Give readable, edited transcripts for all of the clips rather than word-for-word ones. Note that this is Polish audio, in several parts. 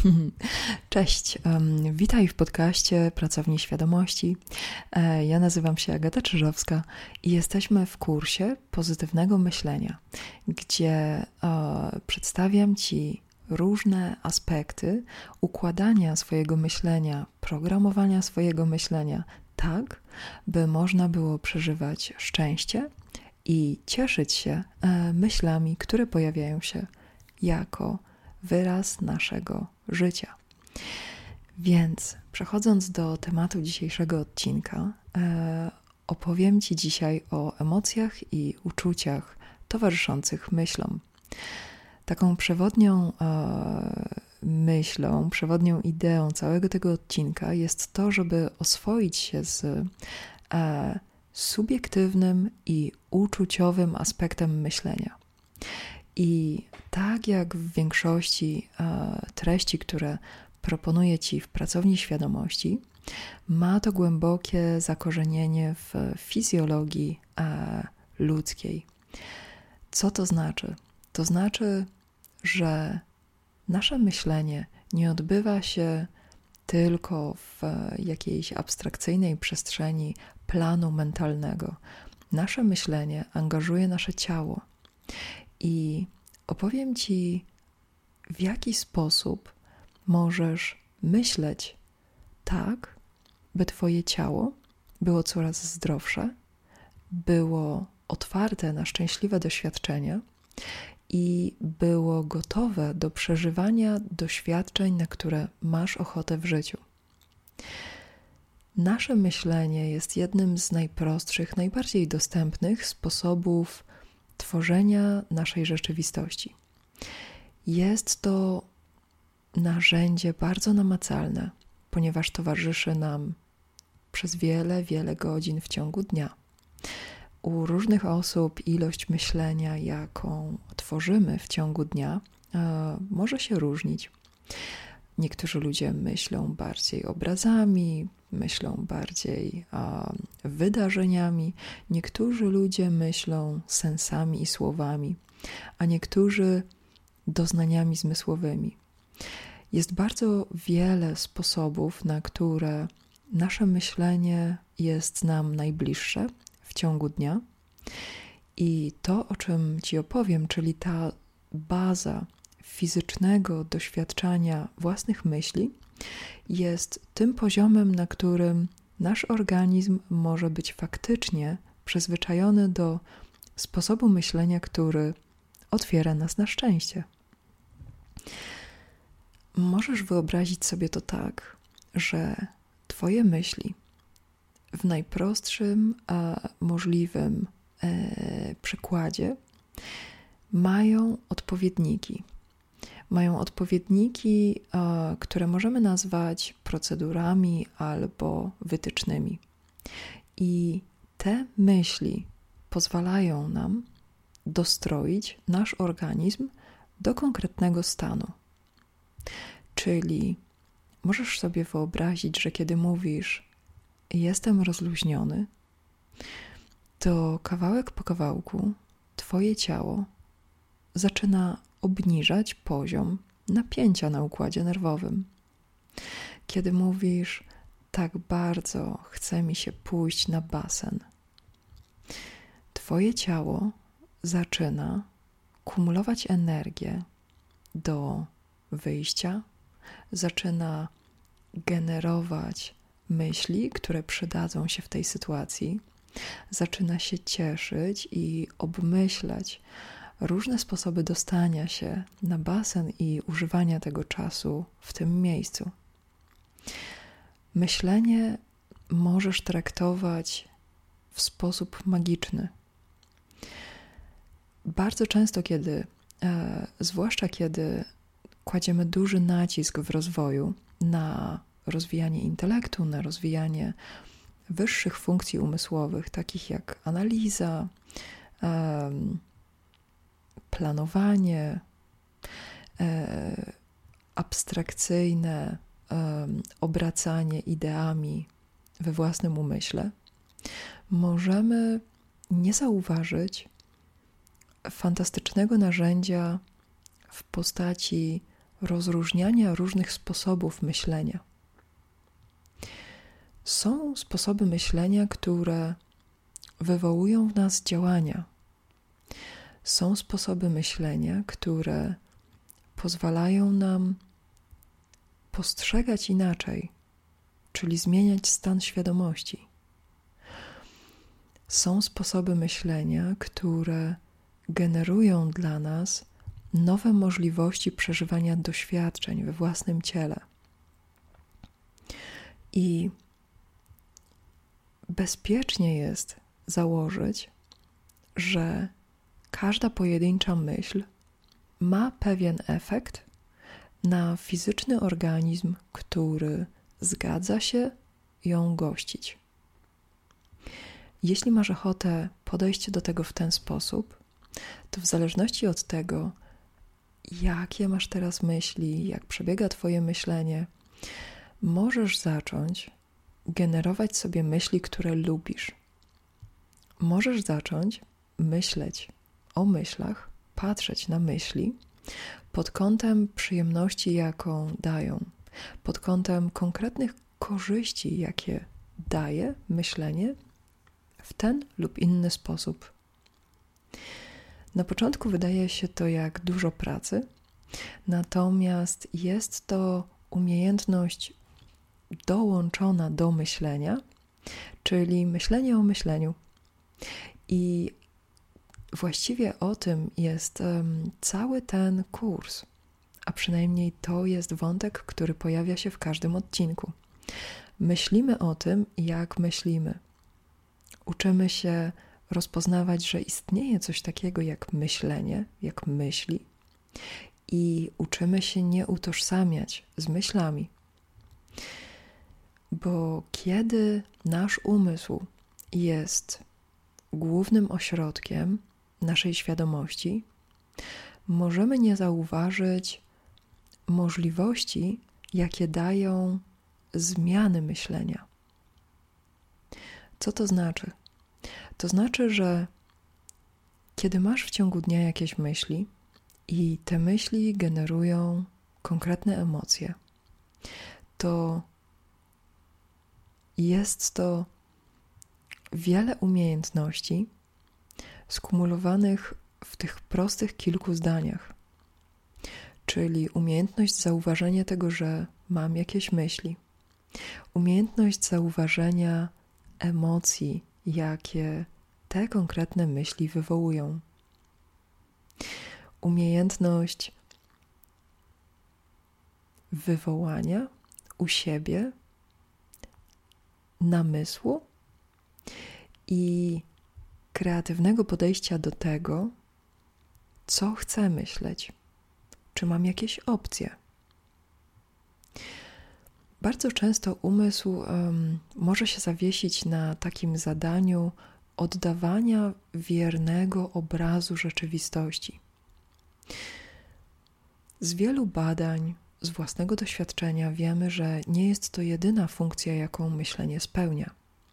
Cześć, witaj w podcaście Pracowni Świadomości. Ja nazywam się Agata Czyżowska i jesteśmy w kursie pozytywnego myślenia, gdzie przedstawiam Ci różne aspekty układania swojego myślenia, programowania swojego myślenia tak, by można było przeżywać szczęście i cieszyć się myślami, które pojawiają się jako wyraz naszego życia. Więc przechodząc do tematu dzisiejszego odcinka, opowiem Ci dzisiaj o emocjach i uczuciach towarzyszących myślom. Taką przewodnią myślą, przewodnią ideą całego tego odcinka jest to, żeby oswoić się z subiektywnym i uczuciowym aspektem myślenia. I tak jak w większości treści, które proponuję Ci w Pracowni Świadomości, ma to głębokie zakorzenienie w fizjologii ludzkiej. Co to znaczy? To znaczy, że nasze myślenie nie odbywa się tylko w jakiejś abstrakcyjnej przestrzeni planu mentalnego. Nasze myślenie angażuje nasze ciało. I opowiem Ci, w jaki sposób możesz myśleć tak, by Twoje ciało było coraz zdrowsze, było otwarte na szczęśliwe doświadczenia i było gotowe do przeżywania doświadczeń, na które masz ochotę w życiu. Nasze myślenie jest jednym z najprostszych, najbardziej dostępnych sposobów tworzenia naszej rzeczywistości. Jest to narzędzie bardzo namacalne, ponieważ towarzyszy nam przez wiele, wiele godzin w ciągu dnia. U różnych osób ilość myślenia, jaką tworzymy w ciągu dnia, może się różnić. Niektórzy ludzie myślą bardziej obrazami, myślą bardziej wydarzeniami, niektórzy ludzie myślą sensami i słowami, a niektórzy doznaniami zmysłowymi. Jest bardzo wiele sposobów, na które nasze myślenie jest nam najbliższe w ciągu dnia i to, o czym Ci opowiem, czyli ta baza fizycznego doświadczania własnych myśli, jest tym poziomem, na którym nasz organizm może być faktycznie przyzwyczajony do sposobu myślenia, który otwiera nas na szczęście. Możesz wyobrazić sobie to tak, że Twoje myśli w najprostszym możliwym przykładzie mają odpowiedniki. Mają odpowiedniki, które możemy nazwać procedurami albo wytycznymi. I te myśli pozwalają nam dostroić nasz organizm do konkretnego stanu. Czyli możesz sobie wyobrazić, że kiedy mówisz jestem rozluźniony, to kawałek po kawałku Twoje ciało zaczyna obniżać poziom napięcia na układzie nerwowym. Kiedy mówisz tak bardzo chce mi się pójść na basen, Twoje ciało zaczyna kumulować energię do wyjścia, zaczyna generować myśli, które przydadzą się w tej sytuacji, zaczyna się cieszyć i obmyślać różne sposoby dostania się na basen i używania tego czasu w tym miejscu. Myślenie możesz traktować w sposób magiczny. Bardzo często, zwłaszcza kiedy kładziemy duży nacisk w rozwoju na rozwijanie intelektu, na rozwijanie wyższych funkcji umysłowych, takich jak analiza, planowanie, abstrakcyjne obracanie ideami we własnym umyśle, możemy nie zauważyć fantastycznego narzędzia w postaci rozróżniania różnych sposobów myślenia. Są sposoby myślenia, które wywołują w nas działania. Są sposoby myślenia, które pozwalają nam postrzegać inaczej, czyli zmieniać stan świadomości. Są sposoby myślenia, które generują dla nas nowe możliwości przeżywania doświadczeń we własnym ciele. I bezpiecznie jest założyć, że każda pojedyncza myśl ma pewien efekt na fizyczny organizm, który zgadza się ją gościć. Jeśli masz ochotę podejść do tego w ten sposób, to w zależności od tego, jakie masz teraz myśli, jak przebiega Twoje myślenie, możesz zacząć generować sobie myśli, które lubisz. Możesz zacząć myśleć o myślach, patrzeć na myśli pod kątem przyjemności, jaką dają, pod kątem konkretnych korzyści, jakie daje myślenie w ten lub inny sposób. Na początku wydaje się to jak dużo pracy, natomiast jest to umiejętność dołączona do myślenia, czyli myślenie o myśleniu. I właściwie o tym jest cały ten kurs, a przynajmniej to jest wątek, który pojawia się w każdym odcinku. Myślimy o tym, jak myślimy. Uczymy się rozpoznawać, że istnieje coś takiego jak myślenie, jak myśli i uczymy się nie utożsamiać z myślami. Bo kiedy nasz umysł jest głównym ośrodkiem naszej świadomości, możemy nie zauważyć możliwości, jakie dają zmiany myślenia. Co to znaczy? To znaczy, że kiedy masz w ciągu dnia jakieś myśli i te myśli generują konkretne emocje, to jest to wiele umiejętności skumulowanych w tych prostych kilku zdaniach. Czyli umiejętność zauważenia tego, że mam jakieś myśli, umiejętność zauważenia emocji, jakie te konkretne myśli wywołują, umiejętność wywołania u siebie namysłu i kreatywnego podejścia do tego, co chcę myśleć, czy mam jakieś opcje. Bardzo często umysł może się zawiesić na takim zadaniu oddawania wiernego obrazu rzeczywistości. Z wielu badań, z własnego doświadczenia wiemy, że nie jest to jedyna funkcja, jaką myślenie spełnia.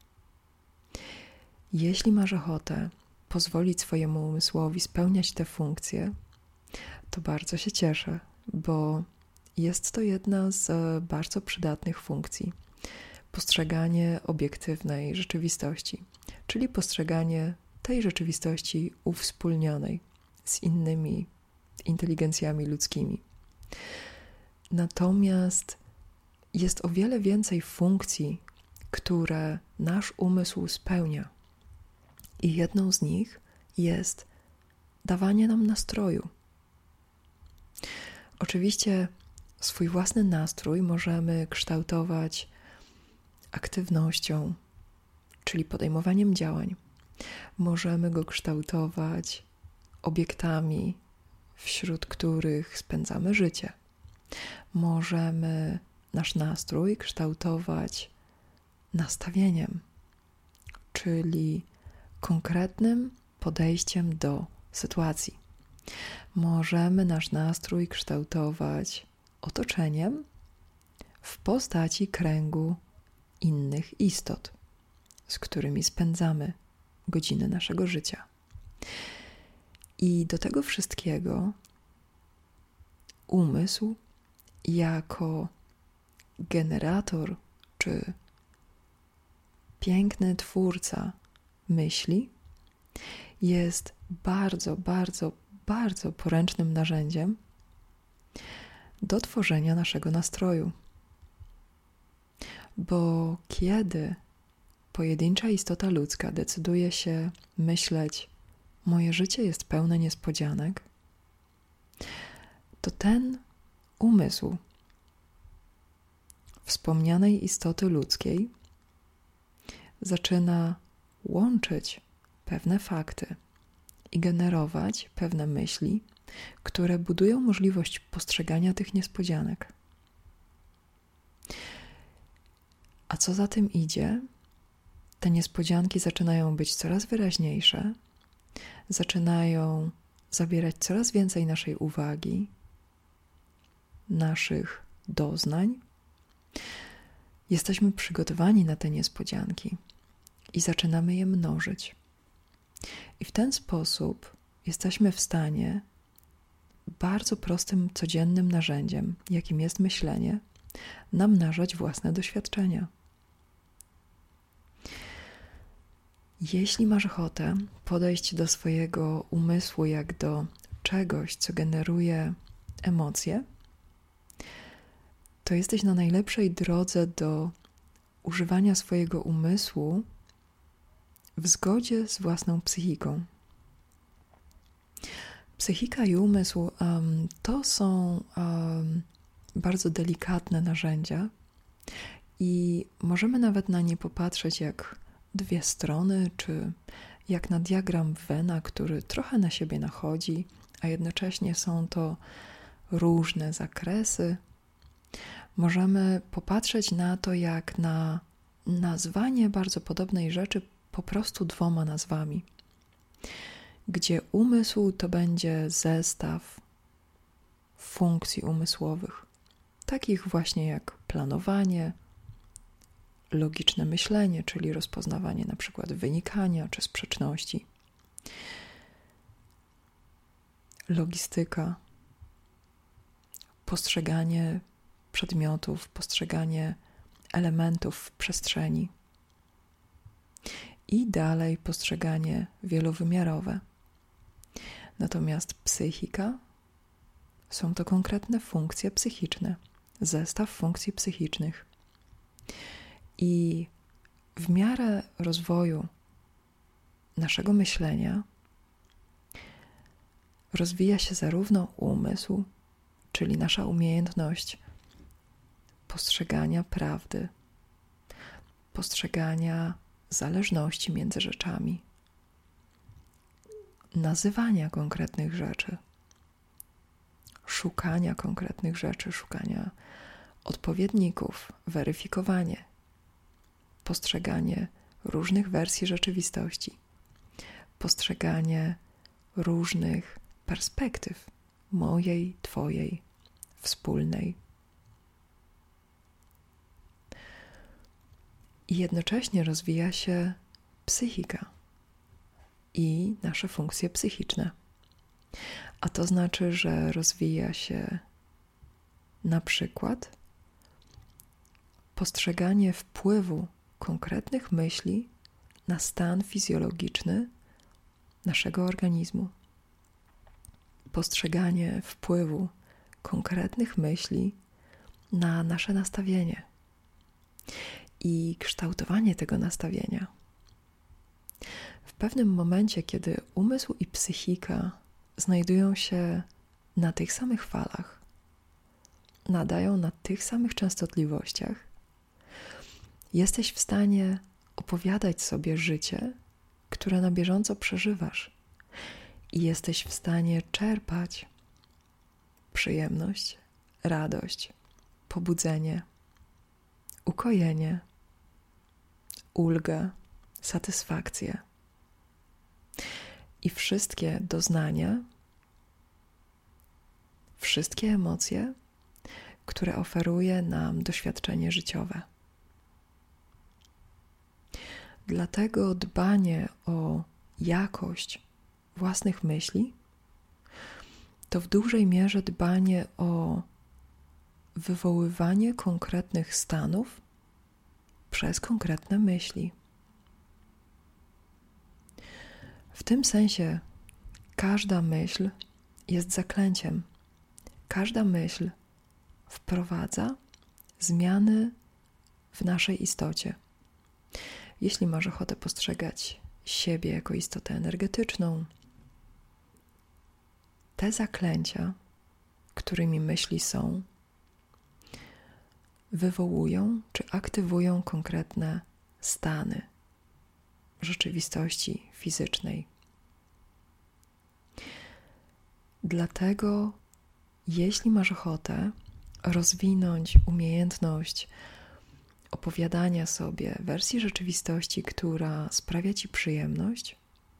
Jeśli masz ochotę pozwolić swojemu umysłowi spełniać te funkcje, to bardzo się cieszę, bo jest to jedna z bardzo przydatnych funkcji. Postrzeganie obiektywnej rzeczywistości, czyli postrzeganie tej rzeczywistości uwspólnionej z innymi inteligencjami ludzkimi. Natomiast jest o wiele więcej funkcji, które nasz umysł spełnia. I jedną z nich jest dawanie nam nastroju. Oczywiście swój własny nastrój możemy kształtować aktywnością, czyli podejmowaniem działań. Możemy go kształtować obiektami, wśród których spędzamy życie. Możemy nasz nastrój kształtować nastawieniem, czyli konkretnym podejściem do sytuacji. Możemy nasz nastrój kształtować otoczeniem w postaci kręgu innych istot, z którymi spędzamy godziny naszego życia. I do tego wszystkiego umysł jako generator czy piękny twórca myśli jest bardzo, bardzo, bardzo poręcznym narzędziem do tworzenia naszego nastroju. Bo kiedy pojedyncza istota ludzka decyduje się myśleć, moje życie jest pełne niespodzianek, to ten umysł wspomnianej istoty ludzkiej zaczyna łączyć pewne fakty i generować pewne myśli, które budują możliwość postrzegania tych niespodzianek. A co za tym idzie? Te niespodzianki zaczynają być coraz wyraźniejsze, zaczynają zabierać coraz więcej naszej uwagi, naszych doznań. Jesteśmy przygotowani na te niespodzianki i zaczynamy je mnożyć. I w ten sposób jesteśmy w stanie bardzo prostym, codziennym narzędziem, jakim jest myślenie, namnażać własne doświadczenia. Jeśli masz ochotę podejść do swojego umysłu jak do czegoś, co generuje emocje, to jesteś na najlepszej drodze do używania swojego umysłu w zgodzie z własną psychiką. Psychika i umysł to są bardzo delikatne narzędzia i możemy nawet na nie popatrzeć jak dwie strony, czy jak na diagram Venna, który trochę na siebie nachodzi, a jednocześnie są to różne zakresy. Możemy popatrzeć na to jak na nazwanie bardzo podobnej rzeczy po prostu dwoma nazwami, gdzie umysł to będzie zestaw funkcji umysłowych, takich właśnie jak planowanie, logiczne myślenie, czyli rozpoznawanie na przykład wynikania czy sprzeczności, logistyka, postrzeganie przedmiotów, postrzeganie elementów w przestrzeni i dalej postrzeganie wielowymiarowe. Natomiast psychika są to konkretne funkcje psychiczne, zestaw funkcji psychicznych. I w miarę rozwoju naszego myślenia rozwija się zarówno umysł, czyli nasza umiejętność postrzegania prawdy, postrzegania zależności między rzeczami, nazywania konkretnych rzeczy, szukania konkretnych rzeczy, szukania odpowiedników, weryfikowanie, postrzeganie różnych wersji rzeczywistości, postrzeganie różnych perspektyw, mojej, twojej, wspólnej. I jednocześnie rozwija się psychika i nasze funkcje psychiczne. A to znaczy, że rozwija się na przykład postrzeganie wpływu konkretnych myśli na stan fizjologiczny naszego organizmu. Postrzeganie wpływu konkretnych myśli na nasze nastawienie i kształtowanie tego nastawienia. W pewnym momencie, kiedy umysł i psychika znajdują się na tych samych falach, nadają na tych samych częstotliwościach, jesteś w stanie opowiadać sobie życie, które na bieżąco przeżywasz i jesteś w stanie czerpać przyjemność, radość, pobudzenie, ukojenie, ulgę, satysfakcję. I wszystkie doznania, wszystkie emocje, które oferuje nam doświadczenie życiowe. Dlatego dbanie o jakość własnych myśli to w dużej mierze dbanie o wywoływanie konkretnych stanów przez konkretne myśli. W tym sensie każda myśl jest zaklęciem. Każda myśl wprowadza zmiany w naszej istocie. Jeśli masz ochotę postrzegać siebie jako istotę energetyczną, te zaklęcia, którymi myśli są, wywołują czy aktywują konkretne stany rzeczywistości fizycznej. Dlatego, jeśli masz ochotę rozwinąć umiejętność opowiadania sobie wersji rzeczywistości, która sprawia Ci przyjemność,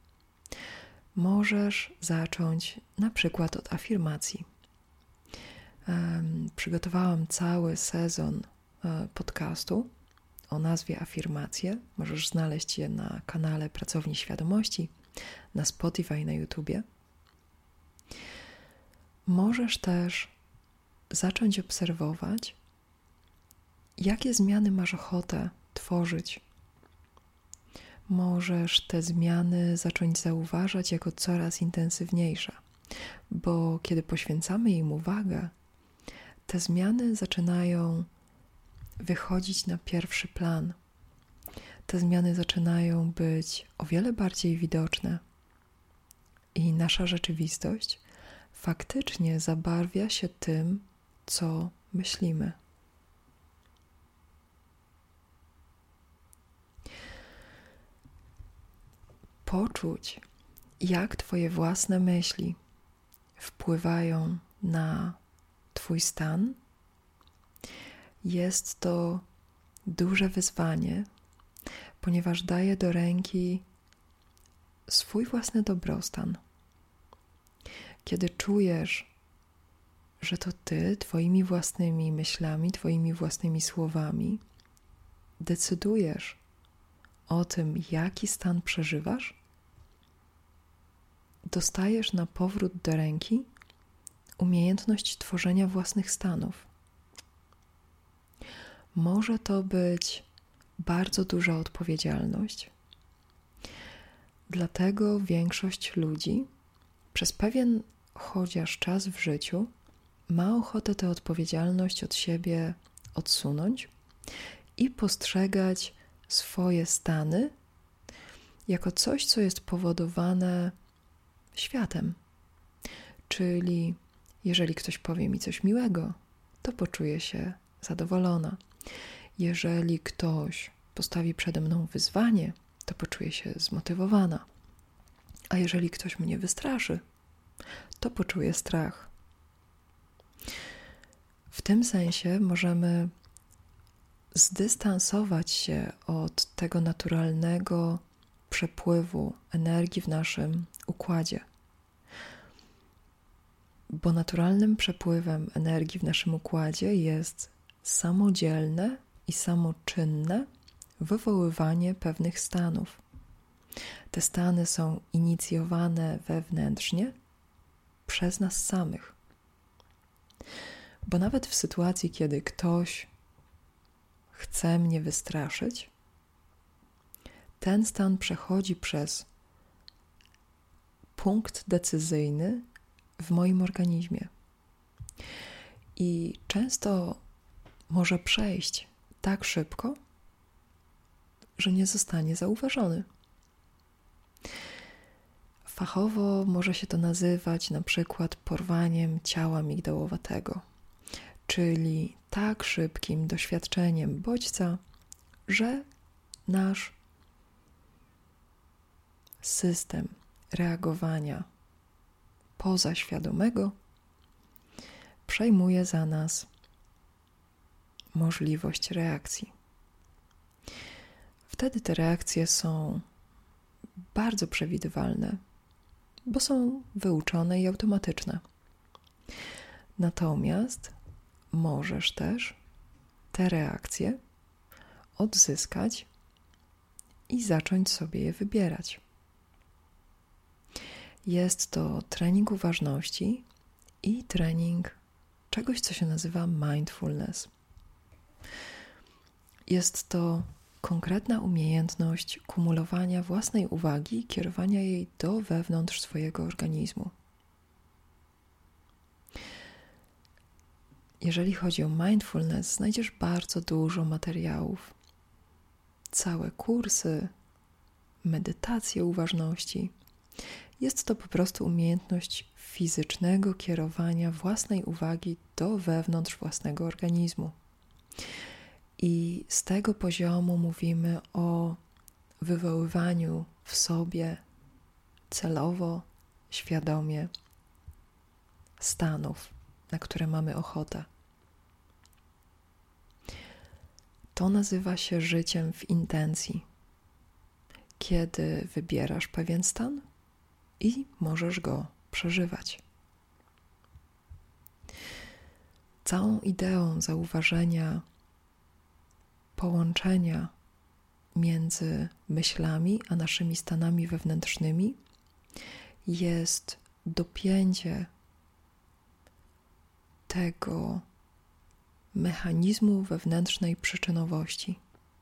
możesz zacząć na przykład od afirmacji. Przygotowałam cały sezon podcastu o nazwie Afirmacje. Możesz znaleźć je na kanale Pracowni Świadomości, na Spotify, na YouTubie. Możesz też zacząć obserwować, jakie zmiany masz ochotę tworzyć. Możesz te zmiany zacząć zauważać jako coraz intensywniejsze, bo kiedy poświęcamy im uwagę, te zmiany zaczynają wychodzić na pierwszy plan. Te zmiany zaczynają być o wiele bardziej widoczne i nasza rzeczywistość faktycznie zabarwia się tym, co myślimy. Poczuć, jak Twoje własne myśli wpływają na Twój stan, jest to duże wyzwanie, ponieważ daje do ręki swój własny dobrostan. Kiedy czujesz, że to Ty Twoimi własnymi myślami, Twoimi własnymi słowami decydujesz o tym, jaki stan przeżywasz, dostajesz na powrót do ręki umiejętność tworzenia własnych stanów. Może to być bardzo duża odpowiedzialność. Dlatego większość ludzi przez pewien chociaż czas w życiu ma ochotę tę odpowiedzialność od siebie odsunąć i postrzegać swoje stany jako coś, co jest powodowane światem. Czyli jeżeli ktoś powie mi coś miłego, to poczuję się zadowolona. Jeżeli ktoś postawi przede mną wyzwanie, to poczuję się zmotywowana. A jeżeli ktoś mnie wystraszy, to poczuję strach. W tym sensie możemy zdystansować się od tego naturalnego przepływu energii w naszym układzie. Bo naturalnym przepływem energii w naszym układzie jest samodzielne i samoczynne wywoływanie pewnych stanów. Te stany są inicjowane wewnętrznie przez nas samych. Bo nawet w sytuacji, kiedy ktoś chce mnie wystraszyć, ten stan przechodzi przez punkt decyzyjny w moim organizmie. I często może przejść tak szybko, że nie zostanie zauważony. Fachowo może się to nazywać na przykład porwaniem ciała migdałowatego, czyli tak szybkim doświadczeniem bodźca, że nasz system reagowania pozaświadomego przejmuje za nas możliwość reakcji. Wtedy te reakcje są bardzo przewidywalne, bo są wyuczone i automatyczne. Natomiast możesz też te reakcje odzyskać i zacząć sobie je wybierać. Jest to trening uważności i trening czegoś, co się nazywa mindfulness. Jest to konkretna umiejętność kumulowania własnej uwagi i kierowania jej do wewnątrz swojego organizmu. Jeżeli chodzi o mindfulness, znajdziesz bardzo dużo materiałów. Całe kursy, medytacje uważności. Jest to po prostu umiejętność fizycznego kierowania własnej uwagi do wewnątrz własnego organizmu. I z tego poziomu mówimy o wywoływaniu w sobie celowo, świadomie stanów, na które mamy ochotę. To nazywa się życiem w intencji, kiedy wybierasz pewien stan i możesz go przeżywać. Całą ideą zauważenia połączenia między myślami a naszymi stanami wewnętrznymi jest dopięcie tego mechanizmu wewnętrznej przyczynowości.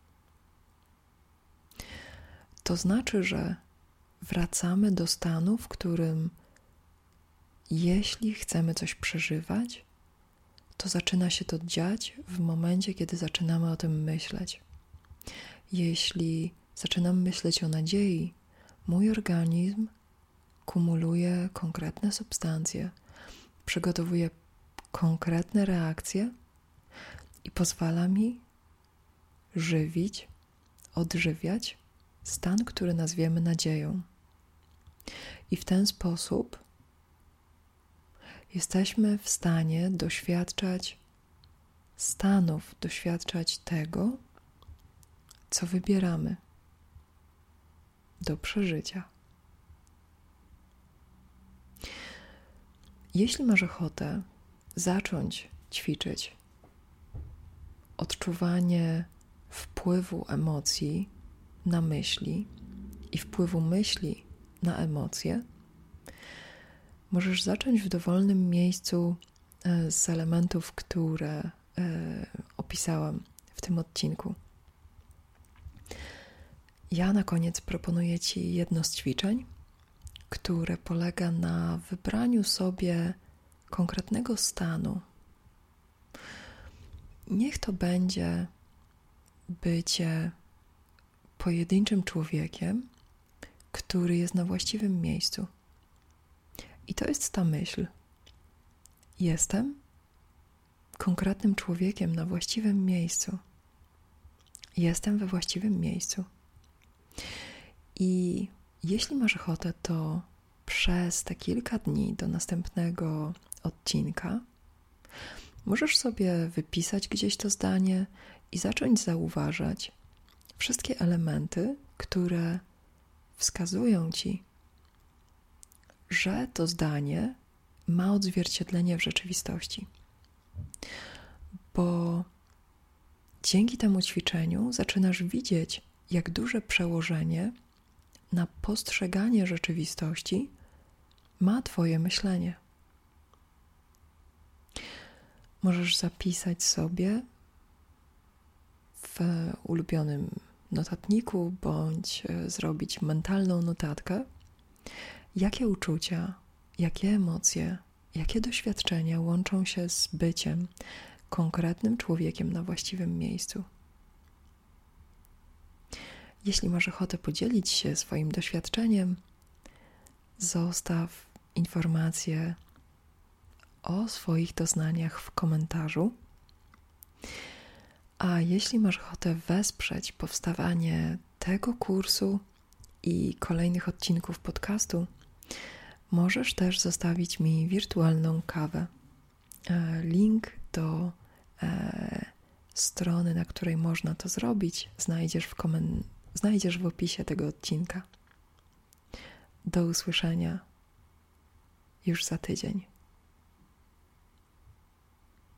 To znaczy, że wracamy do stanu, w którym jeśli chcemy coś przeżywać, to zaczyna się to dziać w momencie, kiedy zaczynamy o tym myśleć. Jeśli zaczynam myśleć o nadziei, mój organizm kumuluje konkretne substancje, przygotowuje konkretne reakcje i pozwala mi żywić, odżywiać stan, który nazwiemy nadzieją. I w ten sposób jesteśmy w stanie doświadczać stanów, doświadczać tego, co wybieramy do przeżycia. Jeśli masz ochotę zacząć ćwiczyć odczuwanie wpływu emocji na myśli i wpływu myśli na emocje, możesz zacząć w dowolnym miejscu z elementów, które opisałam w tym odcinku. Ja na koniec proponuję Ci jedno z ćwiczeń, które polega na wybraniu sobie konkretnego stanu. Niech to będzie bycie pojedynczym człowiekiem, który jest na właściwym miejscu. I to jest ta myśl. Jestem konkretnym człowiekiem na właściwym miejscu. Jestem we właściwym miejscu. I jeśli masz ochotę, to przez te kilka dni do następnego odcinka możesz sobie wypisać gdzieś to zdanie i zacząć zauważać wszystkie elementy, które wskazują Ci, że to zdanie ma odzwierciedlenie w rzeczywistości. Bo dzięki temu ćwiczeniu zaczynasz widzieć, jak duże przełożenie na postrzeganie rzeczywistości ma Twoje myślenie. Możesz zapisać sobie w ulubionym notatniku bądź zrobić mentalną notatkę, jakie uczucia, jakie emocje, jakie doświadczenia łączą się z byciem konkretnym człowiekiem na właściwym miejscu. Jeśli masz ochotę podzielić się swoim doświadczeniem, zostaw informację o swoich doznaniach w komentarzu. A jeśli masz ochotę wesprzeć powstawanie tego kursu i kolejnych odcinków podcastu, możesz też zostawić mi wirtualną kawę. Link do strony, na której można to zrobić, znajdziesz w opisie tego odcinka. Do usłyszenia już za tydzień.